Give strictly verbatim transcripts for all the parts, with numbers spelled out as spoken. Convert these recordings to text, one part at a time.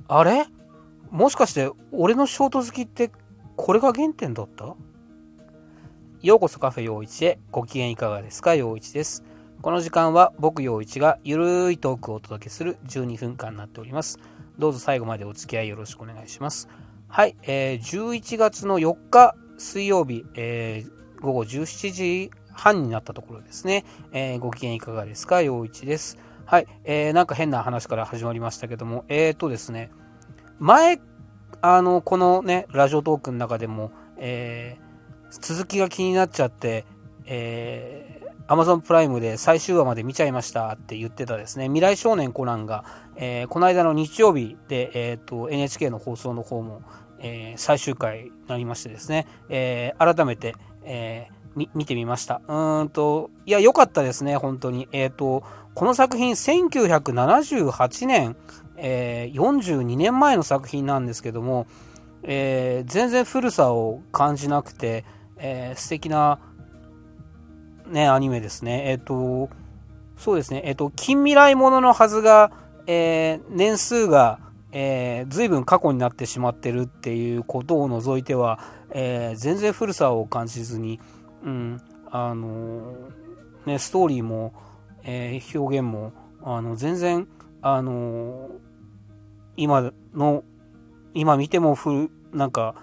あれもしかして俺のショート好きってこれが原点だった？ようこそカフェ陽一へ。ご機嫌いかがですか？陽一です。この時間は僕陽一がゆるいトークをお届けするじゅうにふんかんになっております。どうぞ最後までお付き合いよろしくお願いします。はい、えー、じゅういちがつのよっか水曜日、えー、ごごじゅうしちじはんになったところですね。えー、ご機嫌いかがですか？陽一です。はい、えー、なんか変な話から始まりましたけども、えーとですね、前、あの、このね、ラジオトークの中でも、えー、続きが気になっちゃって、えー、Amazon プライムで最終話まで見ちゃいましたって言ってたですね、未来少年コナンが、えー、この間の日曜日で、えーと、エヌエイチケー の放送の方も、えー、最終回になりましてですね、えー、改めて、えー、見てみました。うーんと、いや、良かったですね、本当に。えーと、この作品、せんきゅうひゃくななじゅうはちねん、えー、よんじゅうにねんまえの作品なんですけども、えー、全然古さを感じなくて、えー、素敵な、ね、アニメですね。えっ、ー、と、そうですね、えっ、ー、と、近未来もののはずが、えー、年数が、えー、随分過去になってしまってるっていうことを除いては、えー、全然古さを感じずに、うん、あのー、ね、ストーリーも、えー、表現も、あの、全然、あのー、今の今見てもふなんか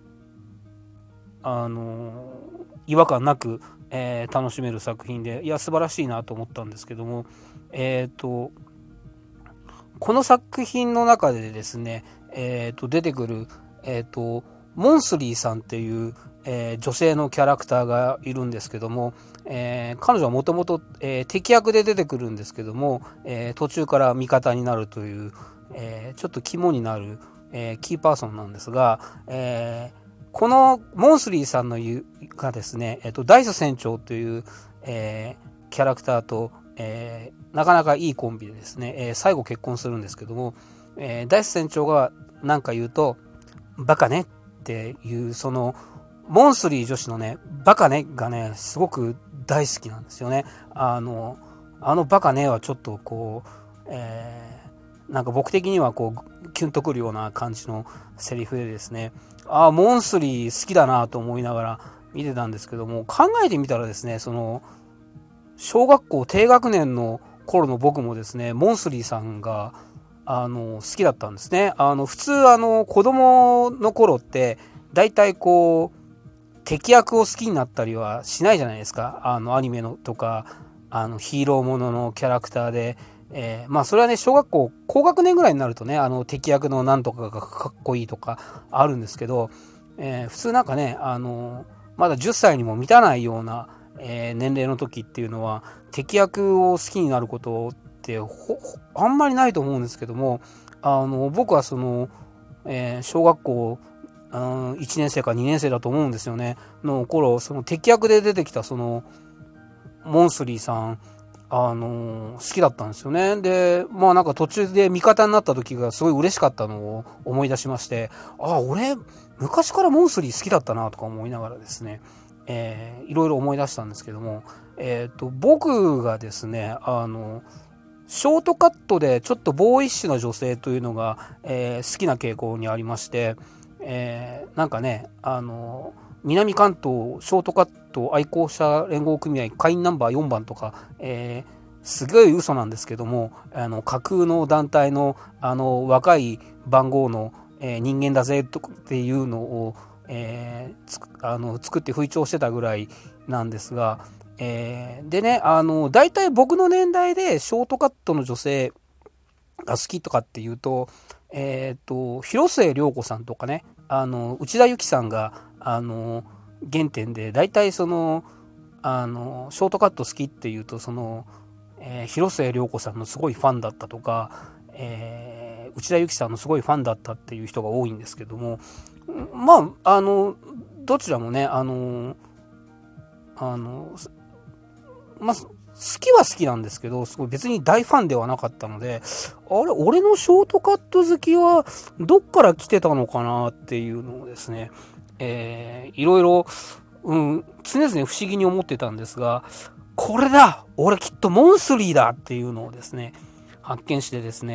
あの違和感なく、えー、楽しめる作品で、いや素晴らしいなと思ったんですけども、えっ、ー、とこの作品の中でですね、えっ、ー、と出てくるえっ、ー、とモンスリーさんっていう、えー、女性のキャラクターがいるんですけども、えー、彼女はもともと敵役で出てくるんですけども、えー、途中から味方になるという、えー、ちょっと肝になる、えー、キーパーソンなんですが、えー、このモンスリーさんの言うがですね、えー、とダイス船長という、えー、キャラクターと、えー、なかなかいいコンビでですね、えー、最後結婚するんですけども、えー、ダイス船長が何か言うとバカねっていう、そのモンスリー女子のねバカねがねすごく大好きなんですよね。あのあのバカねはちょっとこう、えー、なんか僕的にはこうキュンとくるような感じのセリフでですね、ああモンスリー好きだなと思いながら見てたんですけども、考えてみたらですね、その小学校低学年の頃の僕もですね、モンスリーさんがあの好きだったんですね。あの普通あの子供の頃ってだいたいこう敵役を好きになったりはしないじゃないですか。あのアニメのとかあのヒーローもののキャラクターで、えー、まあそれはね小学校高学年ぐらいになるとね、あの敵役のなんとかがかっこいいとかあるんですけど、えー、普通なんかねあのまだじゅっさいにも満たないような、えー、年齢の時っていうのは敵役を好きになることってあんまりないと思うんですけども、あの僕はその、えー、小学校いちねんせいかにねんせいだと思うんですよねの頃、その敵役で出てきたそのモンスリーさん、あのー、好きだったんですよね。でまあなんか途中で味方になった時がすごい嬉しかったのを思い出しまして、ああ俺昔からモンスリー好きだったなとか思いながらですね、えー、いろいろ思い出したんですけども、えー、と僕がですねあのショートカットでちょっとボーイッシュな女性というのが、えー、好きな傾向にありまして、えー、なんかねあの南関東ショートカット愛好者連合組合会員ナンバーよんばんとか、えー、すごい嘘なんですけども、あの架空の団体のあの若い番号の、えー、人間だぜっていうのを、えー、あの作って吹聴してたぐらいなんですが、えー、でねあの大体僕の年代でショートカットの女性が好きとかっていうと、えーと、広末涼子さんとかね、あの内田有紀さんがあの原点で、大体そのあのショートカット好きっていうとその、えー、広末涼子さんのすごいファンだったとか、えー、内田有紀さんのすごいファンだったっていう人が多いんですけども、まああのどちらもねあのあのまあ好きは好きなんですけど、すごい別に大ファンではなかったので、あれ俺のショートカット好きはどっから来てたのかなっていうのをですね、えー、いろいろ、うん、常々不思議に思ってたんですが、これだ俺きっとモンスリーだっていうのをですね発見してですね、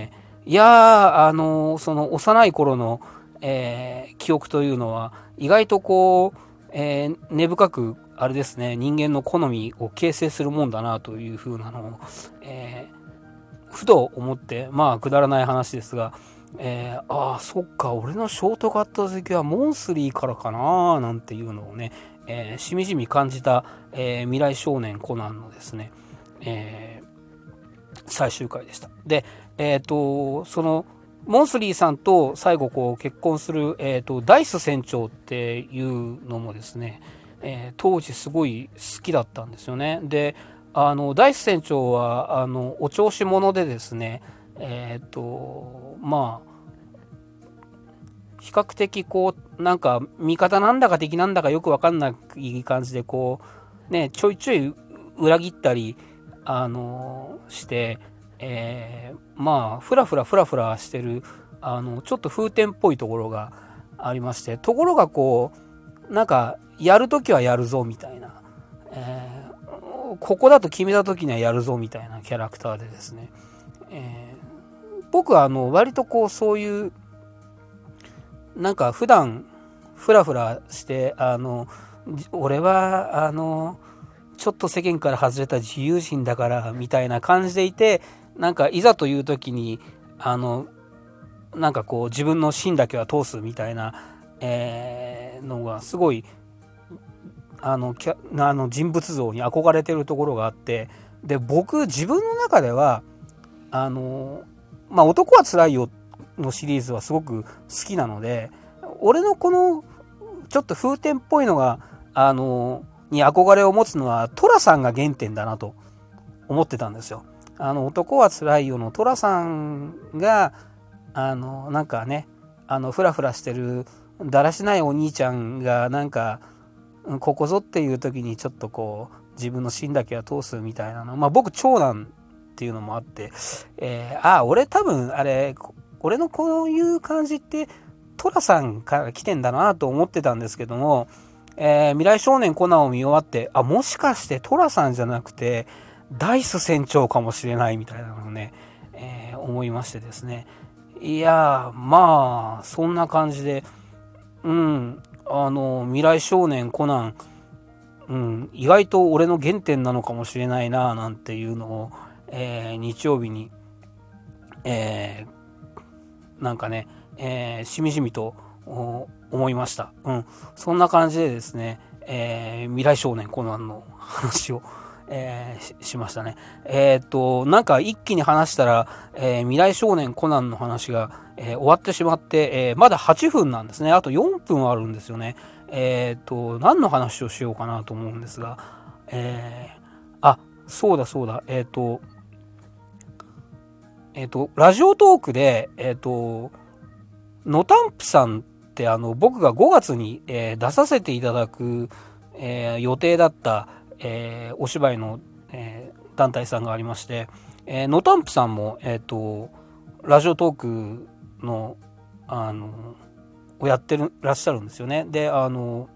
いやー、あのーその幼い頃の、えー記憶というのは意外とこう、えー根深くあれですね、人間の好みを形成するもんだなというふうなのを、えーふと思って、まあくだらない話ですが、えー、ああそっか、俺のショートカット好きはモンスリーからかななんていうのをね、えーしみじみ感じた、えー未来少年コナンのですね、えー最終回でした。で、えっ、とそのモンスリーさんと最後こう結婚する、えー、とダイス船長っていうのもですね、えー当時すごい好きだったんですよね。で、あのダイス船長はあのお調子者でですね、えっ、とまあ比較的こうなんか味方なんだか敵なんだかよく分かんない感じでこうね、ちょいちょい裏切ったりあのして、えーまあフラフラフラフラしてるあのちょっと風天っぽいところがありまして、ところがこうなんかやるときはやるぞみたいな、えーここだと決めたときにはやるぞみたいなキャラクターでですね、えー僕はあの割とこうそういうなんか普段フラフラしてあの俺はあのちょっと世間から外れた自由人だからみたいな感じでいて、なんかいざという時にあのなんかこう自分の芯だけは通すみたいな、えーのがすごいあのキャあの人物像に憧れてるところがあって、で僕自分の中ではあのまあ男はつらいよのシリーズはすごく好きなので、俺のこのちょっと風天っぽいのがあのに憧れを持つのは寅さんが原点だなと思ってたんですよ。あの男はつらいよの寅さんがあのなんかね、あのフラフラしてるだらしないお兄ちゃんがなんかここぞっていう時にちょっとこう自分の芯だけは通すみたいなの、まあ僕長男っていうのもあって、えー、ああ俺多分あれ俺のこういう感じって寅さんから来てんだなと思ってたんですけども、えー、未来少年コナンを見終わって、あもしかして寅さんじゃなくてダイス船長かもしれないみたいなのをね、えー、思いましてですね、いやまあそんな感じで、うんあの未来少年コナン、うん、意外と俺の原点なのかもしれないななんていうのを、えー、日曜日に、えー、なんかね、えー、しみじみと思いました。うん、そんな感じでですね、えー、未来少年コナンの話を、えー、し, しましたね。えー、っとなんか一気に話したら、えー、未来少年コナンの話が、えー、終わってしまって、えー、まだはっぷんなんですね。あとよんぷんあるんですよね。えー、っと何の話をしようかなと思うんですが、えー、あそうだそうだえー、っとえー、っとラジオトークでえー、っとのたんぷさんってあの僕がごがつに、えー、出させていただく、えー、予定だった、えー、お芝居の、えー、団体さんがありまして、えー、のたんぷさんも、えー、とラジオトークのあのをやってるらっしゃるんですよね。であの、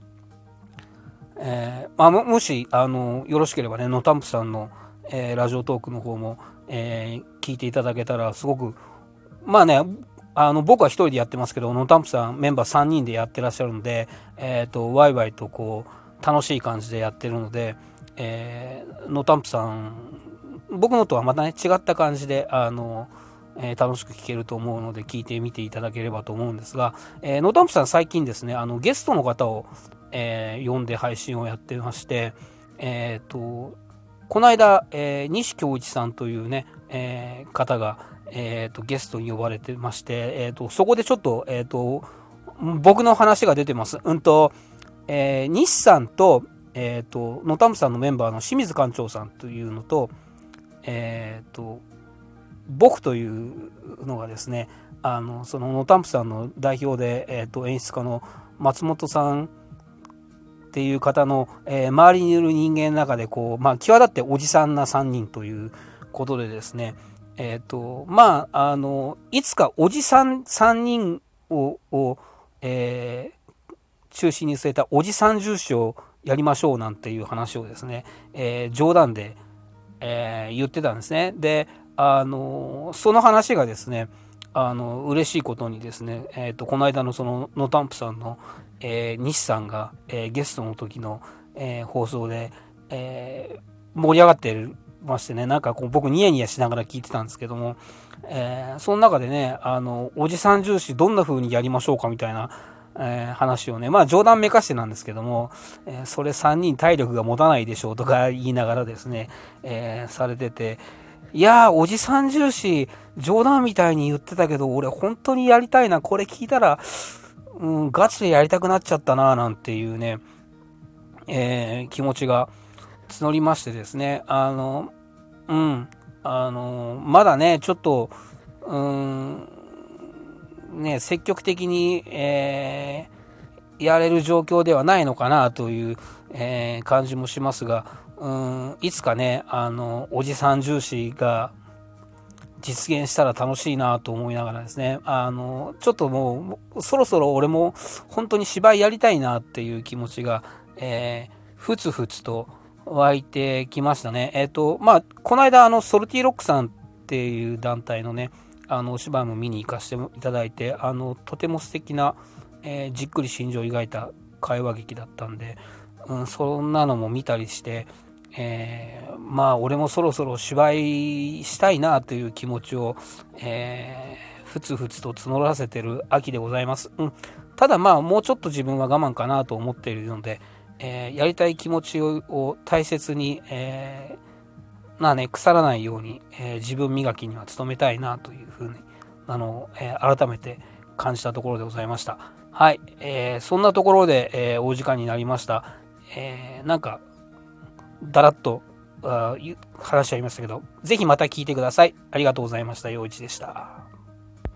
えーまあ、も, もしあのよろしければねのたんぷさんの、えー、ラジオトークの方も、えー、聞いていただけたらすごくまあねあの僕は一人でやってますけどのたんぷさんメンバーさんにんでやってらっしゃるので、えー、とワイワイとこう楽しい感じでやってるので、えー、のたんぷさん僕のとはまたね違った感じであの、えー、楽しく聞けると思うので聞いてみていただければと思うんですが、えー、のたんぷさん最近ですねあのゲストの方を、えー、呼んで配信をやってまして、えー、とこの間、えー、西京一さんというね、えー、方がえー、とゲストに呼ばれてまして、えー、とそこでちょっと,、えー、と僕の話が出てます。うんと、えー、西さんと,、えー、とのたんぷさんのメンバーの清水館長さんというのと,、えー、と僕というのがですねあのそののたんぷさんの代表で、えー、と演出家の松本さんっていう方の、えー、周りにいる人間の中でこう、まあ、際立っておじさんなさんにんということでですねえーとまあ、あのいつかおじさんさんにんを、をえー、中心に据えたおじさん重視をやりましょうなんていう話をですね、えー、冗談で、えー、言ってたんですね。であのその話がですね、あの嬉しいことにですね、えーと、この間のそのノタンプさんの、えー、西さんが、えー、ゲストの時の、えー、放送で、えー、盛り上がってましてね、なんかこう僕ニヤニヤしながら聞いてたんですけども、えー、その中でね、あのおじさん重視どんな風にやりましょうかみたいな、えー、話をね、まあ冗談めかしてなんですけども、えー、それさんにん体力が持たないでしょうとか言いながらですね、えー、されてて、いやー、おじさん重視、冗談みたいに言ってたけど、俺本当にやりたいな、これ聞いたら、うん、ガチでやりたくなっちゃったな、なんていうね、えー、気持ちが募りましてですね、あの、うん、あの、まだね、ちょっと、うん、ね、積極的に、えー、やれる状況ではないのかなという、えー、感じもしますが、うん、いつかね、あの、おじさん重視が実現したら楽しいなと思いながらですね、あの、ちょっともう、そろそろ俺も本当に芝居やりたいなっていう気持ちが、えー、ふつふつと湧いてきましたね。えっと、まあ、この間、あの、ソルティロックさんっていう団体のね、あの、お芝居も見に行かせていただいて、あの、とても素敵な、えー、じっくり心情を描いた会話劇だったんで、うん、そんなのも見たりして、えー、まあ俺もそろそろ芝居したいなという気持ちを、えー、ふつふつと募らせてる秋でございます、うん、ただまあもうちょっと自分は我慢かなと思っているので、えー、やりたい気持ちを大切に、えー、まあね腐らないように、えー、自分磨きには努めたいなというふうにあの、えー、改めて感じたところでございました。はい、えー、そんなところで、えー、お時間になりました。えー、なんかだらっと話しありましたけど、ぜひまた聞いてください。ありがとうございました。陽一でした。